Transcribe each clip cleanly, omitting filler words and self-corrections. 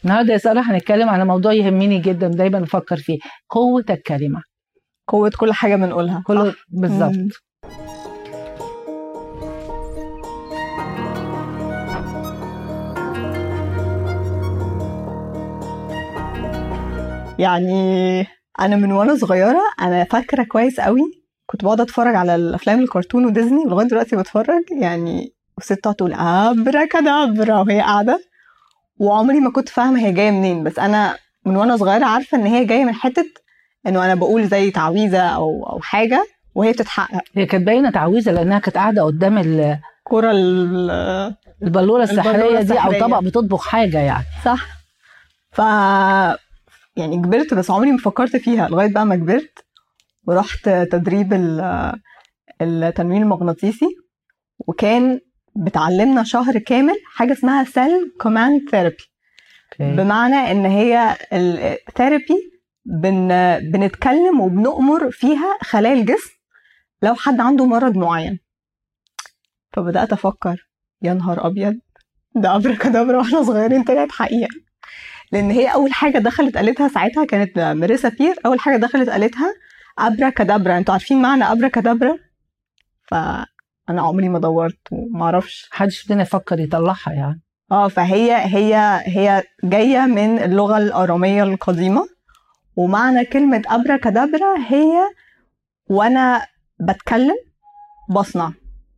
النهارده يا ساره هنتكلم على موضوع يهمني جدا دايما بفكر فيه، قوه الكلمه. قوه كل حاجه بنقولها، كله بالظبط. يعني انا من وانا صغيره انا فاكره كويس قوي كنت بقعد اتفرج على الافلام الكرتون وديزني، ولغايه دلوقتي بتفرج يعني، والست تقعد تقول ابرا كدابرا وهي قاعده، وعمري ما كنت فاهمه هي جايه منين، بس انا من وانا صغيره عارفه ان هي جايه من حته انه انا بقول زي تعويذه او حاجه وهي بتتحقق. هي كانت باينه تعويذه لانها كانت قاعده قدام كرة البلوره السحريه دي او طبق بتطبخ حاجه يعني. صح. ف يعني كبرت بس عمري ما فكرت فيها لغايه بقى ما كبرت ورحت تدريب التنويم المغناطيسي، وكان بتعلمنا شهر كامل حاجه اسمها سيل كوماند ثيرابي. بمعنى ان هي الثيرابي بنتكلم وبنؤمر فيها خلايا الجسم لو حد عنده مرض معين. فبدات افكر يا نهار ابيض، ده ابركادابرا واحنا صغيرين طلعت حقيقه. لان هي اول حاجه دخلت قالتها ساعتها كانت ماريسا بير، اول حاجه دخلت قالتها ابركادابرا. انتوا عارفين معنى ابركادابرا؟ فانا عمري ما دورت وما اعرفش، محدش فينا يفكر يطلعها يعني. فهي جايه من اللغه الاراميه القديمه، ومعنى كلمه ابركادابرا هي وانا بتكلم بصنع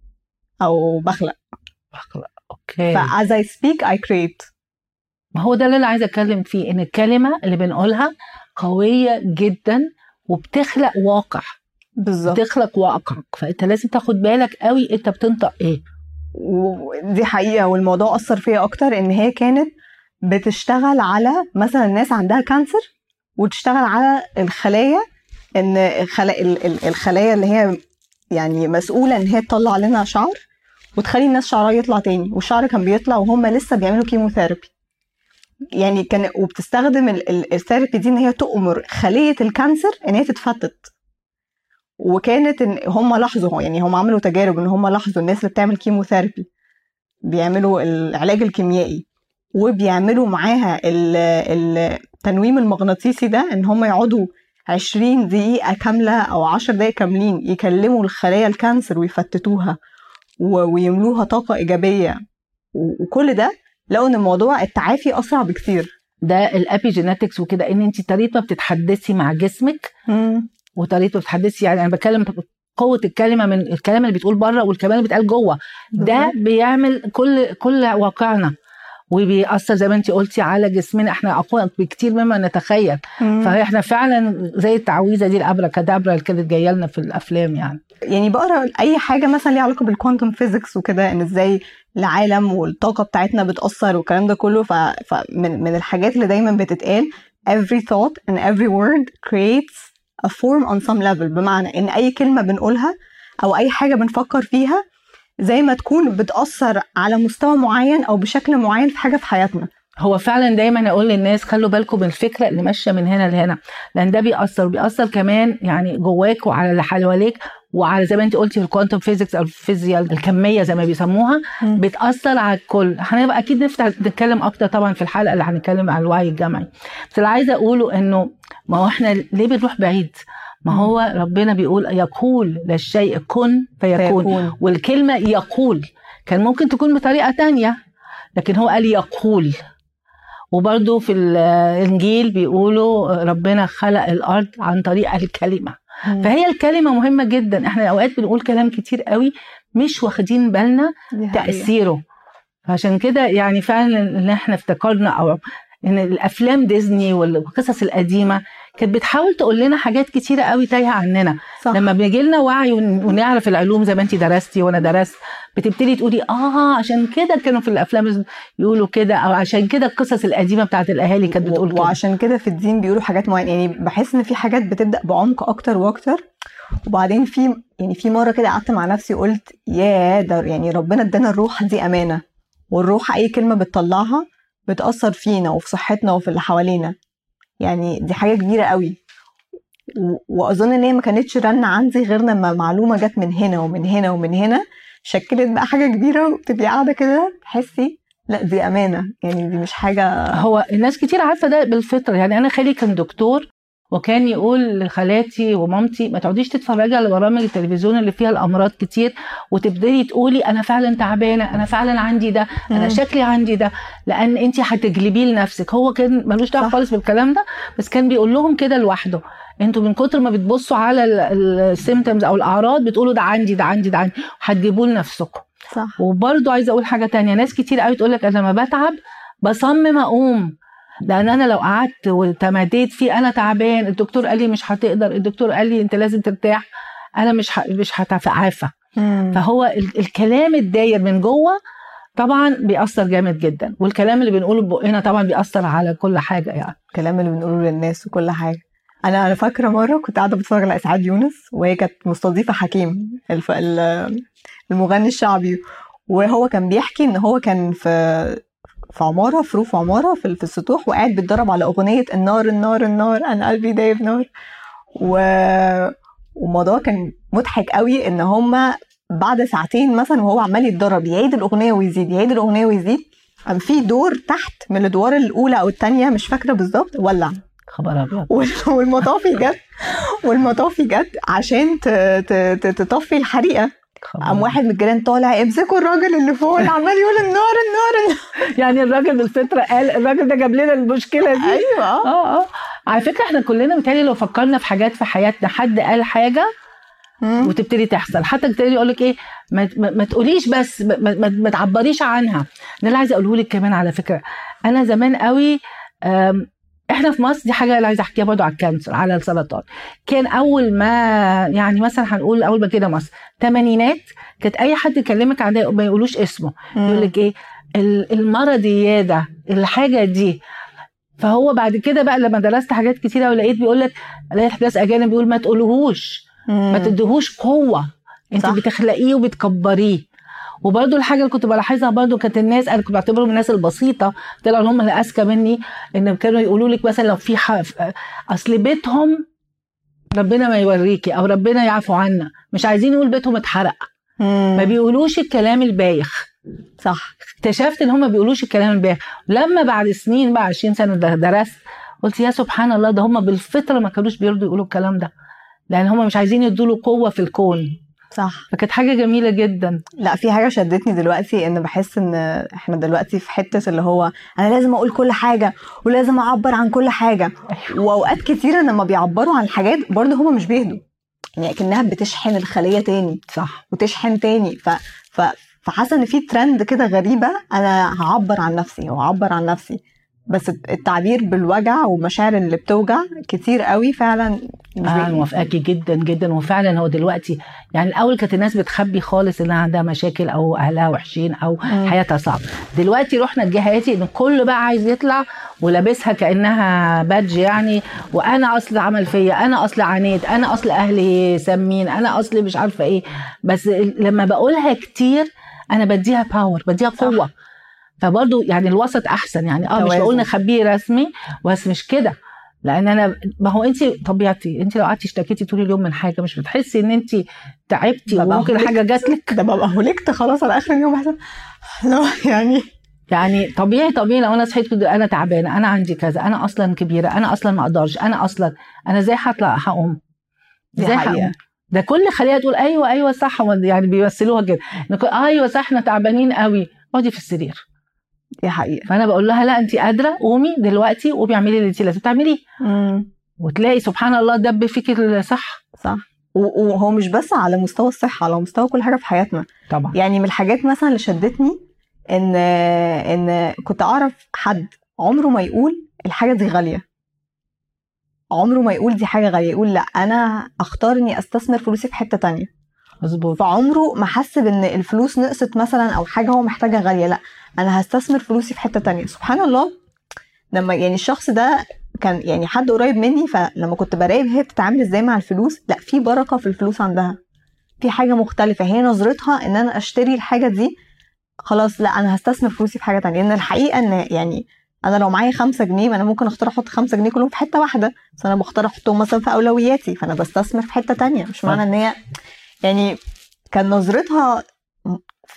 او بخلق. اوكي. فas I speak I create. ما هو ده اللي انا عايزه اتكلم فيه، ان الكلمه اللي بنقولها قويه جدا وبتخلق واقع. بالظبط، بتخلق واقعك، فانت لازم تاخد بالك قوي انت بتنطق ايه. ودي حقيقه، والموضوع اثر فيا اكتر ان هي كانت بتشتغل على مثلا الناس عندها كانسر وتشتغل على الخلايا، ان الخلايا اللي هي يعني مسؤوله ان هي تطلع لنا شعر وتخلي الناس شعرها يطلع تاني، والشعر كان بيطلع وهم لسه بيعملوا كيموثيرابي يعني. كان وبتستخدم الثيرابي دي ان هي تؤمر خليه الكانسر ان هي تتفتت. وكانت ان هم لاحظوا، يعني هم عملوا تجارب ان هم لاحظوا الناس اللي بتعمل كيموثيرابي بيعملوا العلاج الكيميائي وبيعملوا معاها التنويم المغناطيسي ده، ان هم يقعدوا 20 دقيقة كاملة او 10 دقايق كاملين يكلموا الخلايا الكانسر ويفتتوها ويملوها طاقة ايجابية. وكل ده لقوا ان الموضوع التعافي اسرع بكتير. ده الابيجينetics وكده، ان انت طريقه ما بتتحدثي مع جسمك وطريقه بتتحدثي، يعني انا بتكلم قوه الكلمه من الكلام اللي بتقول بره والكلام اللي بيتقال جوه. ده بيعمل كل واقعنا وبيأثر زي ما انت قلتي على جسمنا، احنا اقوى بكتير مما نتخيل. فاحنا فعلا زي التعويذه دي الابركادابرا اللي كانت جايه لنا في الافلام يعني بقرا اي حاجه مثلا ليها علاقه بالكوانتم فيزيكس وكده، ان ازاي العالم والطاقه بتاعتنا بتاثر والكلام ده كله. فمن الحاجات اللي دايما بتتقال every thought and every word creates a form on some level. بمعنى ان اي كلمه بنقولها او اي حاجه بنفكر فيها زي ما تكون بتأثر على مستوى معين او بشكل معين في حاجه في حياتنا. هو فعلا دايما اقول للناس خلوا بالكم من الفكره اللي ماشيه من هنا لهنا، لان ده بيأثر كمان يعني جواك وعلى اللي حواليك، وعلى زي ما انت قلتي في الكوانتم فيزيكس او الفيزياء الكميه زي ما بيسموها بتأثر على الكل. هنبقى اكيد نتكلم اكتر طبعا في الحلقه اللي هنتكلم عن الوعي الجمعي، بس اللي عايزه اقوله انه ما هو احنا ليه بنروح بعيد؟ ما هو ربنا بيقول يقول للشيء كن فيكون. والكلمه يقول كان ممكن تكون بطريقه تانية، لكن هو قال يقول. وبرضو في الإنجيل بيقولوا ربنا خلق الأرض عن طريق الكلمة. فهي الكلمة مهمة جدا. احنا أوقات بنقول كلام كتير قوي مش واخدين بالنا تأثيره. عشان كده يعني فعلا ان احنا افتكرنا او ان الافلام ديزني والقصص القديمه كانت بتحاول تقول لنا حاجات كتيره قوي تايهه عننا. صح. لما بيجي لنا وعي ونعرف العلوم زي ما انت درستي وانا درست، بتبتدي تقولي عشان كده كانوا في الافلام يقولوا كده، او عشان كده القصص القديمه بتاعت الاهالي كانت بتقول كده، وعشان كده في الدين بيقولوا حاجات معينه. يعني بحس ان في حاجات بتبدا بعمق اكتر واكتر. وبعدين في مره كده قعدت مع نفسي قلت ده يعني ربنا ادانا الروح دي امانه، والروح اي كلمه بتطلعها بتاثر فينا وفي صحتنا وفي اللي حوالينا. يعني دي حاجه كبيره قوي. واظن ان هي ما كانتش رنه عندي غير لما معلومه جت من هنا ومن هنا ومن هنا، شكلت بقى حاجه كبيره، وبتبقي قاعده كده تحسي لا دي امانه، يعني دي مش حاجه. هو الناس كتير عارفه ده بالفطره. يعني انا خالي كان دكتور، وكان يقول لخالاتي ومامتي ما تقعديش تتفرجي على برامج التلفزيون اللي فيها الامراض كتير وتبتدي تقولي انا فعلا تعبانه، انا فعلا عندي ده، انا شكلي عندي ده، لان انت هتجلبيه لنفسك. هو كان ملوش دعوه خالص بالكلام ده، بس كان بيقول لهم كده لوحده، انتوا من كتر ما بتبصوا على السيمتومز او الاعراض بتقولوا ده عندي ده عندي ده عندي، هتجيبوه لنفسكم. صح. وبرضه عايزه اقول حاجه تانية، ناس كتير قوي تقول لك انا لما بتعب بصمم اقوم، لان انا لو قعدت وتماديت فيه انا تعبان، الدكتور قال لي مش هتقدر، الدكتور قال لي انت لازم ترتاح، انا مش هتعافى. فهو الكلام الداير من جوه طبعا بيأثر جامد جدا، والكلام اللي بنقوله ببقنا طبعا بيأثر على كل حاجه. يعني الكلام اللي بنقوله للناس وكل حاجه. انا فاكره مره كنت قاعده بتفرج على اسعاد يونس، وهي كانت مستضيفه حكيم المغني الشعبي، وهو كان بيحكي ان هو كان في عماره، في روف عماره في السطوح، وقاعد بيتدرب على اغنيه النار النار النار انا قلبي دايب نار. والموضوع كان مضحك قوي ان هما بعد ساعتين مثلا وهو عمال يتدرب يعيد الاغنيه ويزيد، يعيد الاغنيه ويزيد، قام في دور تحت من الادوار الاولى او الثانيه مش فاكره بالظبط ولع. خبر ابيض. والمطافي جت عشان تطفي الحريقه. قام واحد من الجيران طالع امسكوا الراجل اللي فوق اللي عمال يقول النار. يعني الراجل بالفطره قال الراجل ده جاب لنا المشكله دي. ايوه. على فكره احنا كلنا متهيألي لو فكرنا في حاجات في حياتنا حد قال حاجه وتبتدي تحصل، حتى تبتدي يقول لك ايه ما تقوليش بس ما تعبريش عنها. ده اللي عايزه اقوله لك كمان. على فكره انا زمان قوي احنا في مصر، دي حاجه اللي عايزه احكيها برضو على الكانسر، على السرطان. كان اول ما يعني مثلا هنقول اول ما كده مصر الثمانينات، كانت اي حد يكلمك عن ما يقولوش اسمه، يقول لك ايه المرض ده الحاجه دي. فهو بعد كده بقى لما درست حاجات كتيره ولقيت بيقول لك، لقيت ناس اجانب بيقول ما تقولهوش، ما تديهوش قوه، انت بتخلقيه وبتكبريه. وبرضو الحاجه اللي كنت بلاحظها برضو كانت الناس، انا كنت بعتبرهم من الناس البسيطه، طلعوا هم اللي اذكى مني، ان كانوا يقولوا لك مثلا لو في اصل بيتهم ربنا ما يوريكي او ربنا يعفو عنا، مش عايزين يقول بيتهم اتحرق. ما بيقولوش الكلام البايخ. صح. اكتشفت ان هم ما بيقولوش الكلام البايخ. لما بعد سنين بقى 20 سنه درست، قلت يا سبحان الله، ده هم بالفطره ما كانوش بيرضوا يقولوا الكلام ده، لان هم مش عايزين يدوا له قوه في الكون. صح. فكانت حاجه جميله جدا. لا في حاجه شدتني دلوقتي، ان بحس ان احنا دلوقتي في حته اللي هو انا لازم اقول كل حاجه ولازم اعبر عن كل حاجه. واوقات كتيره لما بيعبروا عن الحاجات برضه هم مش بيهدوا، يعني كأنها بتشحن الخليه تاني. صح. وتشحن تاني. فحاسه ان في ترند كده غريبه، انا هعبر عن نفسي وهعبر عن نفسي، بس التعبير بالوجع والمشاعر اللي بتوجع كتير قوي فعلا. موافقاكي جدا جدا. وفعلا هو دلوقتي يعني الاول كانت الناس بتخبي خالص انها عندها مشاكل او اهلها وحشين او حياتها صعبه. دلوقتي رحنا الجهاتي ان كل بقى عايز يطلع ولابسها كانها بادج، يعني وانا اصل عمل فيا، انا اصل عانيت، انا اصل اهلي سمين، انا اصل مش عارفه ايه. بس لما بقولها كتير انا بديها باور، بديها قوه. فبرضه يعني الوسط احسن، يعني مش بقول نخبيه رسمي، بس مش كده. لان انا ما هو انت طبيعتي، انت لو قعدتي اشتكيتي طول اليوم من حاجه مش بتحسي ان انت تعبتي وممكن حاجه جات لك؟ ده ببقى هلكت خلاص على اخر اليوم. احسن يعني طبيعي لو انا صحيت كده انا تعبانه، انا عندي كذا، انا اصلا كبيره، انا اصلا ما اقدرش، انا ازاي هقوم؟ ازاي هقوم؟ ده كل خليه تقول ايوه صح، يعني بيمثلوها كده، ايوه صح احنا تعبانين قوي، اقعدي في السرير. دي حقيقة. فانا بقول لها لا انت قادره، قومي دلوقتي وبيعملي اللي انت لازم تعمليه. وتلاقي سبحان الله دب فيكي الصح. صح. وهو مش بس على مستوى الصحه، على مستوى كل حاجه في حياتنا طبعا. يعني من الحاجات مثلا اللي شدتني ان كنت اعرف حد عمره ما يقول الحاجه دي غاليه، عمره ما يقول دي حاجه غاليه، يقول لا انا اختار اني استثمر فلوسي في حته تانية. مظبوط. فعمره ما حس ان الفلوس نقصت مثلا او حاجه هو محتاجها غاليه، لا انا هستثمر فلوسي في حته تانية. سبحان الله. لما يعني الشخص ده كان يعني حد قريب مني، فلما كنت براقب هي بتتعامل ازاي مع الفلوس، لا في بركه في الفلوس عندها، في حاجه مختلفه، هي نظرتها ان انا اشتري الحاجه دي خلاص، لا انا هستثمر فلوسي في حاجه تانية. لان الحقيقه ان يعني انا لو معايا 5 جنيه، ما انا ممكن اختار احط 5 جنيه كلهم في حته واحده، بس انا بختار احطهم مثلا في اولوياتي، فانا بستثمر في حته تانية. مش معنى ان هي يعني كان نظرتها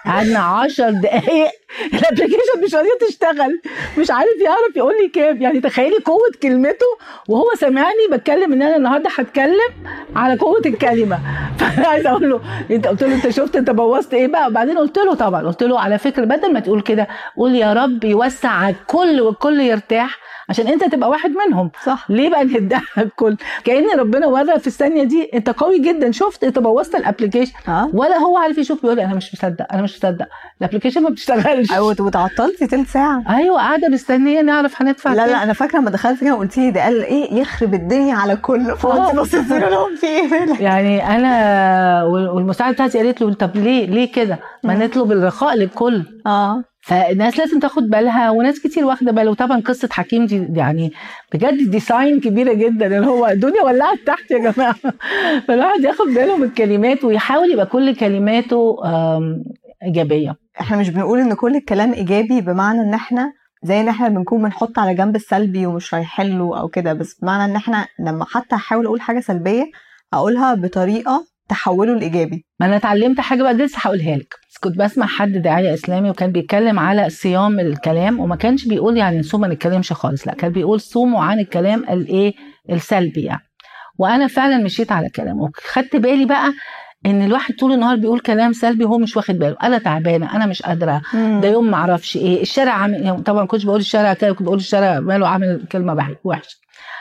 قعدنا 10 دقايق الابلكيشن مش راضيه تشتغل، مش عارف يعرف يقول لي كام. يعني تخيلي قوه كلمته وهو سامعني بتكلم ان انا النهارده هتكلم على قوه الكلمه. فانا عايزه اقول له قلت له انت شفت انت بوظت ايه بقى. وبعدين قلت له طبعا، قلت له على فكره بدل ما تقول كده قول يا رب يوسع على الكل والكل يرتاح عشان انت تبقى واحد منهم. صح. ليه بقى نهدها الكل؟ كأن ربنا ورى في الثانيه دي انت قوي جدا، شفت انت بوظت الابلكيشن. ولا هو عارف يشوف، بيقول انا مش مصدق انا مش مصدق الابلكيشن ما بتشتغلش. ايوه وتعطلتي تلت ساعه. ايوه قاعده مستنيه نعرف هندفع. لا انا فاكره لما دخلت كده قلت لي ده قال ايه يخرب الدنيا على كله، فقلت بصيت لهم في ايه يعني انا والمساعده بتاعتي قالت له طب ليه كده ما نطلب الرخاء للكل. فالناس لازم تاخد بالها، وناس كتير واخده بالها. وطبعا قصه حكيم دي يعني بجد ديزاين كبيره جدا، اللي هو الدنيا ولعت تحت يا جماعه. فالواحد ياخد باله من الكلمات ويحاول يبقى كل كلماته ايجابيه. احنا مش بنقول ان كل الكلام ايجابي بمعنى ان احنا زي ان احنا بنكون بنحط على جنب السلبي ومش رايحين له او كده، بس بمعنى ان احنا لما حتى احاول اقول حاجه سلبيه اقولها بطريقه تحوله لايجابي. ما انا اتعلمت حاجه بقى لسه هقولها لك. كنت بسمع حد داعيه اسلامي وكان بيتكلم على صيام الكلام، وما كانش بيقول يعني نصوم ما نتكلمش خالص، لا كان بيقول صوموا عن الكلام الايه السلبي يعني. وانا فعلا مشيت على كلامه وخدت بالي بقى ان الواحد طول النهار بيقول كلام سلبي وهو مش واخد باله. انا تعبانه، انا مش قادره، ده يوم ما اعرفش ايه، الشارع عامل يعني. طبعا كنتش بقول الشارع كده، كنت بقول الشارع ماله عامل كلمه وحشه.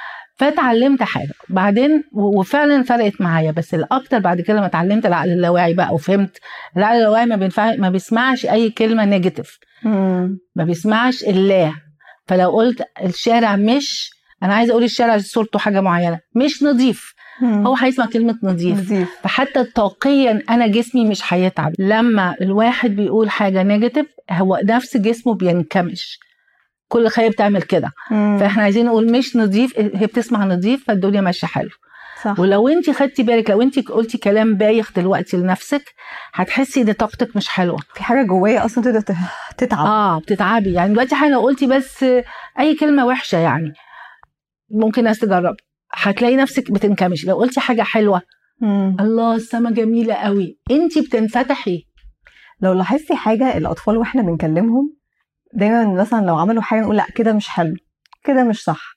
فتعلمت حاجه بعدين وفعلا فرقت معايا. بس الاكتر بعد كده لما اتعلمت العقل اللاواعي بقى وفهمت العقل اللاواعي ما بيسمعش اي كلمه نيجاتيف، ما بيسمعش الله. فلو قلت الشارع مش، انا عايزه اقول الشارع صورته حاجه معينه مش نظيف، هو هيسمع كلمه نظيف. فحتى طاقيا انا جسمي مش هيتعب. لما الواحد بيقول حاجه نيجاتيف هو نفس جسمه بينكمش، كل خية بتعمل كده. فاحنا عايزين نقول مش نظيف، هي بتسمع نظيف فالدنيا ماشيه حلو. صح. ولو انت خدتي بالك، لو انت قلتي كلام بايخ دلوقتي لنفسك هتحسي ان طاقتك مش حلوه، في حاجه جوايا اصلا تقدر تتعب. بتتعبي. يعني دلوقتي حاجه لو قلتي بس اي كلمه وحشه يعني ممكن ناس تجرب هتلاقي نفسك بتنكمش. لو قلتي حاجه حلوه الله السما جميله قوي انت بتنفتحي. لو لاحظتي حاجه الاطفال واحنا بنكلمهم دايما مثلا لو عملوا حاجه نقول لا كده مش حلو، كده مش صح،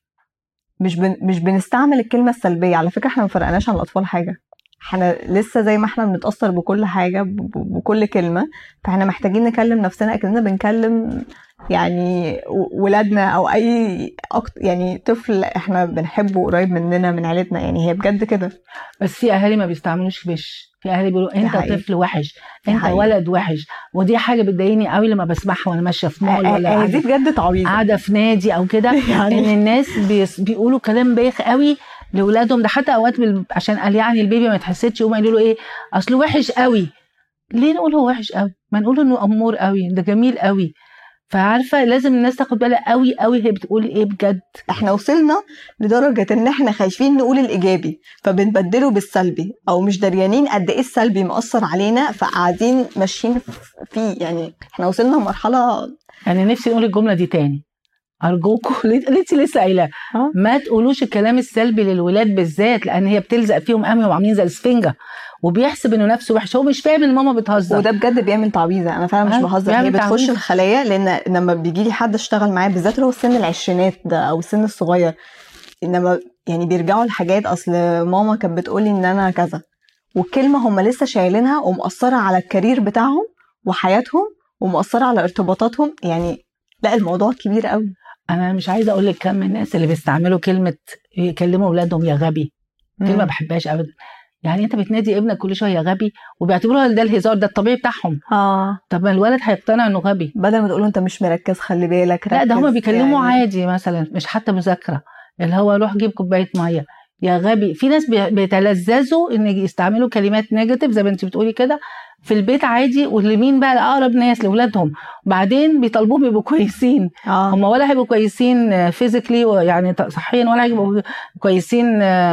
مش بنستعمل الكلمه السلبيه. على فكره احنا ما فرقناش عن الاطفال حاجه، احنا لسه زي ما احنا بنتاثر بكل حاجه بكل كلمه. فاحنا محتاجين نكلم نفسنا كأننا بنكلم يعني ولادنا او اي يعني طفل احنا بنحبه قريب مننا من عيلتنا. يعني هي بجد كده. بس في اهالي ما بيستعملوش في اهالي بيقولوا انت طفل وحش، انت ولد وحش. ودي حاجه بتضايقني قوي لما بسمعها وانا ماشيه في مول ولا دي بجد تعويضه قاعده في نادي او كده. يعني ان الناس بيقولوا كلام بايخ قوي لاولادهم. ده حتى اوقات عشان قال يعني البيبي ما يتحسدش يقوموا يقولوا له ايه اصله وحش قوي. ليه نقول هو وحش قوي؟ ما نقول انه امور قوي، ده جميل قوي. فعارفه لازم الناس تاخد بالها قوي قوي هي بتقول ايه بجد. احنا وصلنا لدرجه ان احنا خايفين نقول الايجابي فبنبدله بالسلبي، او مش دريانين قد ايه السلبي مؤثر علينا فقاعدين ماشيين فيه. يعني احنا وصلنا لمرحله. يعني نفسي نقول الجمله دي تاني ارجوكم لسه قايله ما تقولوش الكلام السلبي للولاد بالذات، لان هي بتلزق فيهم قوي وعاملين زي الاسفنجه وبيحسب انه نفسه وحش. هو مش فاهم ان ماما بتهزر، وده بجد بيعمل تعويذه. انا فعلا مش بهزر. هي بتخش الخلايا، لان لما بيجي لي حد اشتغل معاه بالذات اللي هو السن العشرينات ده او السن الصغير، انما يعني بيرجعوا لحاجات اصل ماما كانت بتقولي ان انا كذا، والكلمه هم لسه شايلينها ومأثره على الكارير بتاعهم وحياتهم ومأثره على ارتباطاتهم. يعني لا الموضوع كبير قوي. انا مش عايزه اقول لك كم من الناس اللي بيستعملوا كلمه يكلموا اولادهم يا غبي. كلمه ما بحبهاش ابدا. يعني انت بتنادي ابنك كل شويه يا غبي وبيعتبروها ده الهزار، ده الطبيعي بتاعهم. طب ما الولد هيقتنع انه غبي بدل ما تقول له انت مش مركز خلي بالك ركز. لا ده هما بيكلموا يعني عادي، مثلا مش حتى مذاكره، اللي هو روح جيب كوبايه ميه يا غبي. في ناس بيتلذذوا ان يستعملوا كلمات نيجاتيف زي ما انت بتقولي كده في البيت عادي، واللمين بقى اقرب ناس لاولادهم، وبعدين بيطالبوهم يبقوا كويسين. هم ولا هيبقوا كويسين فيزيكلي يعني صحيا، ولا هيبقوا كويسين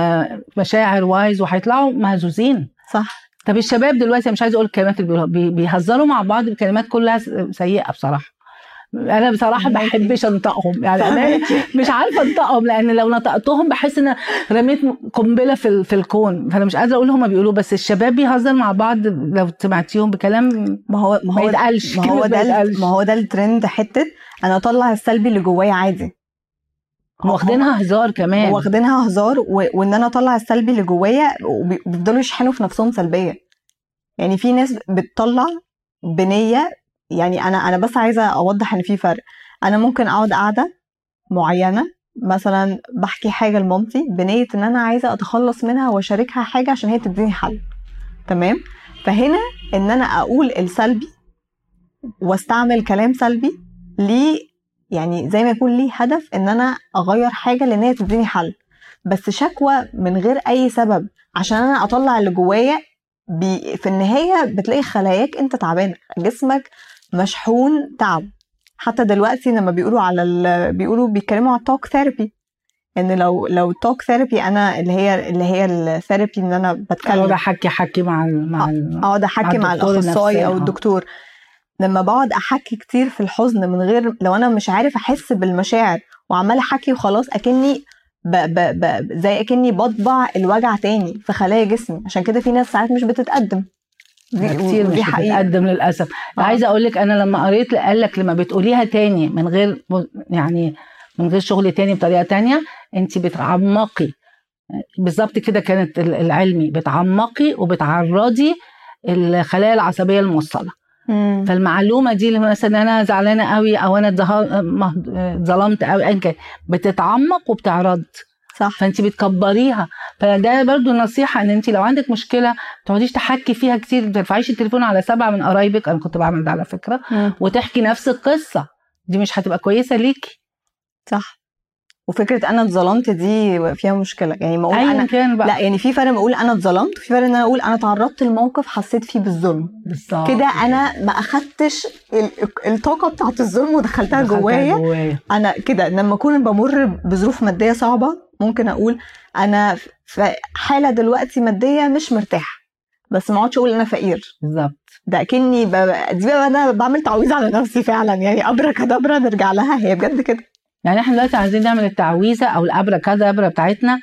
مشاعر وايز، وهيطلعوا مهزوزين. صح. طب الشباب دلوقتي مش عايزه اقول الكلمات اللي بيهزروا مع بعض بكلمات كلها سيئه بصراحه. انا بصراحه ما بحبش انطقهم، يعني انا مش عارفه انطقهم، لان لو نطقتهم بحس ان رميت قنبله في الكون، فانا مش قادره اقول هما بيقولوا. بس الشباب بيهزر مع بعض لو سمعتيهم بكلام ما يتقالش. ما هو ده الترند، حته انا اطلع السلبي اللي جوايا عادي، واخدينها هزار كمان، واخدينها هزار وان انا اطلع السلبي اللي جوايا، وبيفضلوا يشحنوا في نفسهم سلبيه. يعني في ناس بتطلع بنيه، يعني انا بس عايزه اوضح ان في فرق. انا ممكن اقعد قاعده معينه مثلا بحكي حاجه لمامتي بنيه ان انا عايزه اتخلص منها واشاركها حاجه عشان هي تديني حل، تمام؟ فهنا ان انا اقول السلبي واستعمل كلام سلبي ليه، يعني زي ما يكون ليه هدف ان انا اغير حاجه لان هي تديني حل. بس شكوى من غير اي سبب عشان انا اطلع اللي جوايا، في النهايه بتلاقي خلاياك انت تعبانه، جسمك مشحون تعب. حتى دلوقتي لما بيقولوا على بيتكلموا على التوك ثيرابي، ان لو توك ثيرابي انا اللي هي الثيرابي ان انا بتكلم، اقعد احكي مع اقعد احكي مع الاخصائي او الدكتور. لما بقعد احكي كتير في الحزن من غير، لو انا مش عارف احس بالمشاعر وعماله احكي وخلاص، اكني زي اكني بطبع الوجع تاني في خلايا جسمي. عشان كده في ناس ساعات مش بتتقدم، كتير مش بتتقدم للاسف. عايزه اقول لك انا لما قريت قال لك لما بتقوليها تاني من غير شغل تاني بطريقه تانية، انت بتعمقي بالظبط كده، كانت العلمي بتعمقي وبتعرضي الخلايا العصبيه الموصله. فالمعلومه دي مثلا انا زعلانه قوي او انا اتظلمت قوي ايا كان، بتتعمق وبتعرض، صح؟ فانت بتكبريها. فده برضو نصيحه، ان انت لو عندك مشكله ما تقعديش تحكي فيها كتير، ما ترفعيش التليفون على 7 من قرايبك، انا كنت بعمل ده على فكره، وتحكي نفس القصه دي، مش هتبقى كويسه ليكي. صح. وفكره انا اتظلمت دي فيها مشكله، يعني ما اقول انا كان بقى. لا، يعني في فرق ما اقول انا اتظلمت، وفي فرق ان انا اقول انا تعرضت لموقف حسيت فيه بالظلم كده، انا ما اخدتش الطاقه بتاعت الظلم ودخلتها جوايا. انا كده لما اكون بمر بظروف ماديه صعبه ممكن اقول انا في حاله دلوقتي ماديه مش مرتاحه، بس ما اقعدش اقول انا فقير. بالظبط. ده اكني دي بقى انا بعمل تعويذه على نفسي فعلا، يعني ابركادابرا نرجع لها، هي بجد كده. يعني احنا دلوقتي عايزين نعمل التعويذه او الابركادابرا بتاعتنا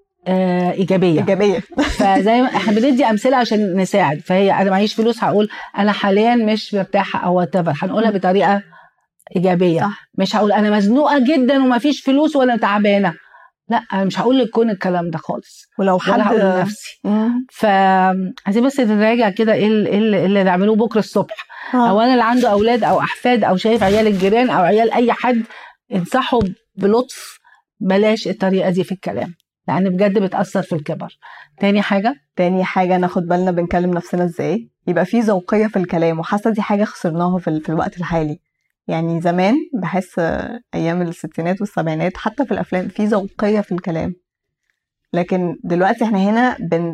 ايجابيه. فزي ما احنا بندي امثله عشان نساعد، فهي انا معيش فلوس هقول انا حاليا مش مرتاحه او whatever، هنقولها بطريقه ايجابيه. صح. مش هقول انا مزنوقه جدا وما فيش فلوس وانا تعبانه، لا انا مش هقول للكون الكلام ده خالص، ولو حد هقول لنفسي. فعايزين بس نراجع كده ايه اللي نعملوه بكره الصبح. اولا اللي عنده اولاد او احفاد او شايف عيال الجيران او عيال اي حد، انصحوا بلطف بلاش الطريقه دي في الكلام، لان بجد بتاثر في الكبر. تاني حاجه ناخد بالنا بنكلم نفسنا ازاي، يبقى في ذوقيه في الكلام، وحاسه دي حاجه خسرناها في الوقت الحالي. يعني زمان بحس ايام الستينات والسبعينات حتى في الافلام في ذوقيه في الكلام، لكن دلوقتي احنا هنا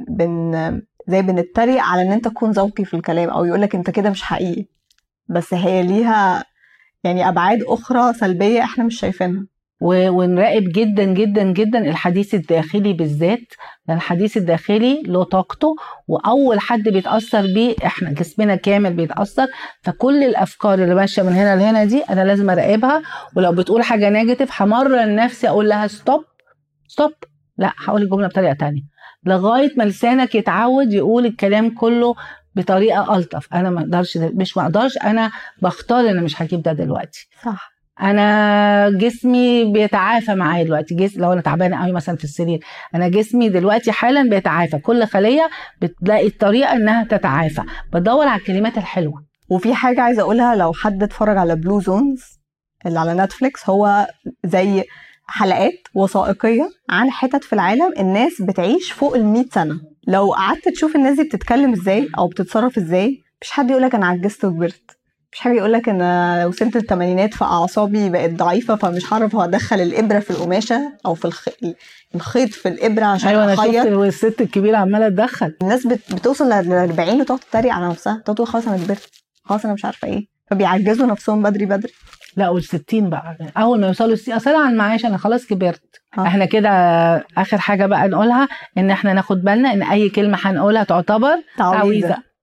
زي بنتريق على ان انت تكون ذوقي في الكلام، او يقولك انت كده مش حقيقي، بس هي ليها يعني ابعاد اخرى سلبيه احنا مش شايفينها. ونراقب جدا جدا جدا الحديث الداخلي بالذات، لان الحديث الداخلي له طاقته، واول حد بيتاثر بيه احنا، جسمنا كامل بيتاثر. فكل الافكار اللي ماشيه من هنا لهنا دي انا لازم اراقبها، ولو بتقول حاجه نيجاتيف همرن نفسي اقول لها ستوب، لا هقول الجمله بطريقه تانية لغايه ما لسانك يتعود يقول الكلام كله بطريقه الطف. انا ما اقدرش، انا بختار ان مش هجيب ده دلوقتي. صح. انا جسمي بيتعافى معايا دلوقتي، لو انا تعبانه قوي مثلا في السرير، انا جسمي دلوقتي حالا بيتعافى، كل خليه بتلاقي الطريقه انها تتعافى، بدور على الكلمات الحلوه. وفي حاجه عايزه اقولها، لو حد اتفرج على بلو زونز اللي على نتفليكس، هو زي حلقات وثائقيه عن حتت في العالم الناس بتعيش فوق 100 سنه. لو قعدت تشوف الناس دي بتتكلم ازاي او بتتصرف ازاي، مش حد يقولك انا عجزت وكبرت، مش حاجه يقولك انا وصلت الثمانينات فاعصابي بقت ضعيفه فمش هعرف ادخل الابره في القماشه او في الخيط في الابره عشان ايوه انا شفت الست الكبيره عماله تدخل. الناس بتوصل ل 40 وتقعد تتريق على نفسها، تقول خلاص انا كبرت، خلاص انا مش عارفه ايه، فبيعجزوا نفسهم بدري. لا وال60 بقى اول ما يوصلوا 60 اصل على المعاش انا خلاص كبرت. احنا كده اخر حاجه بقى نقولها ان احنا ناخد بالنا ان اي كلمه هنقولها تعتبر تعويذه.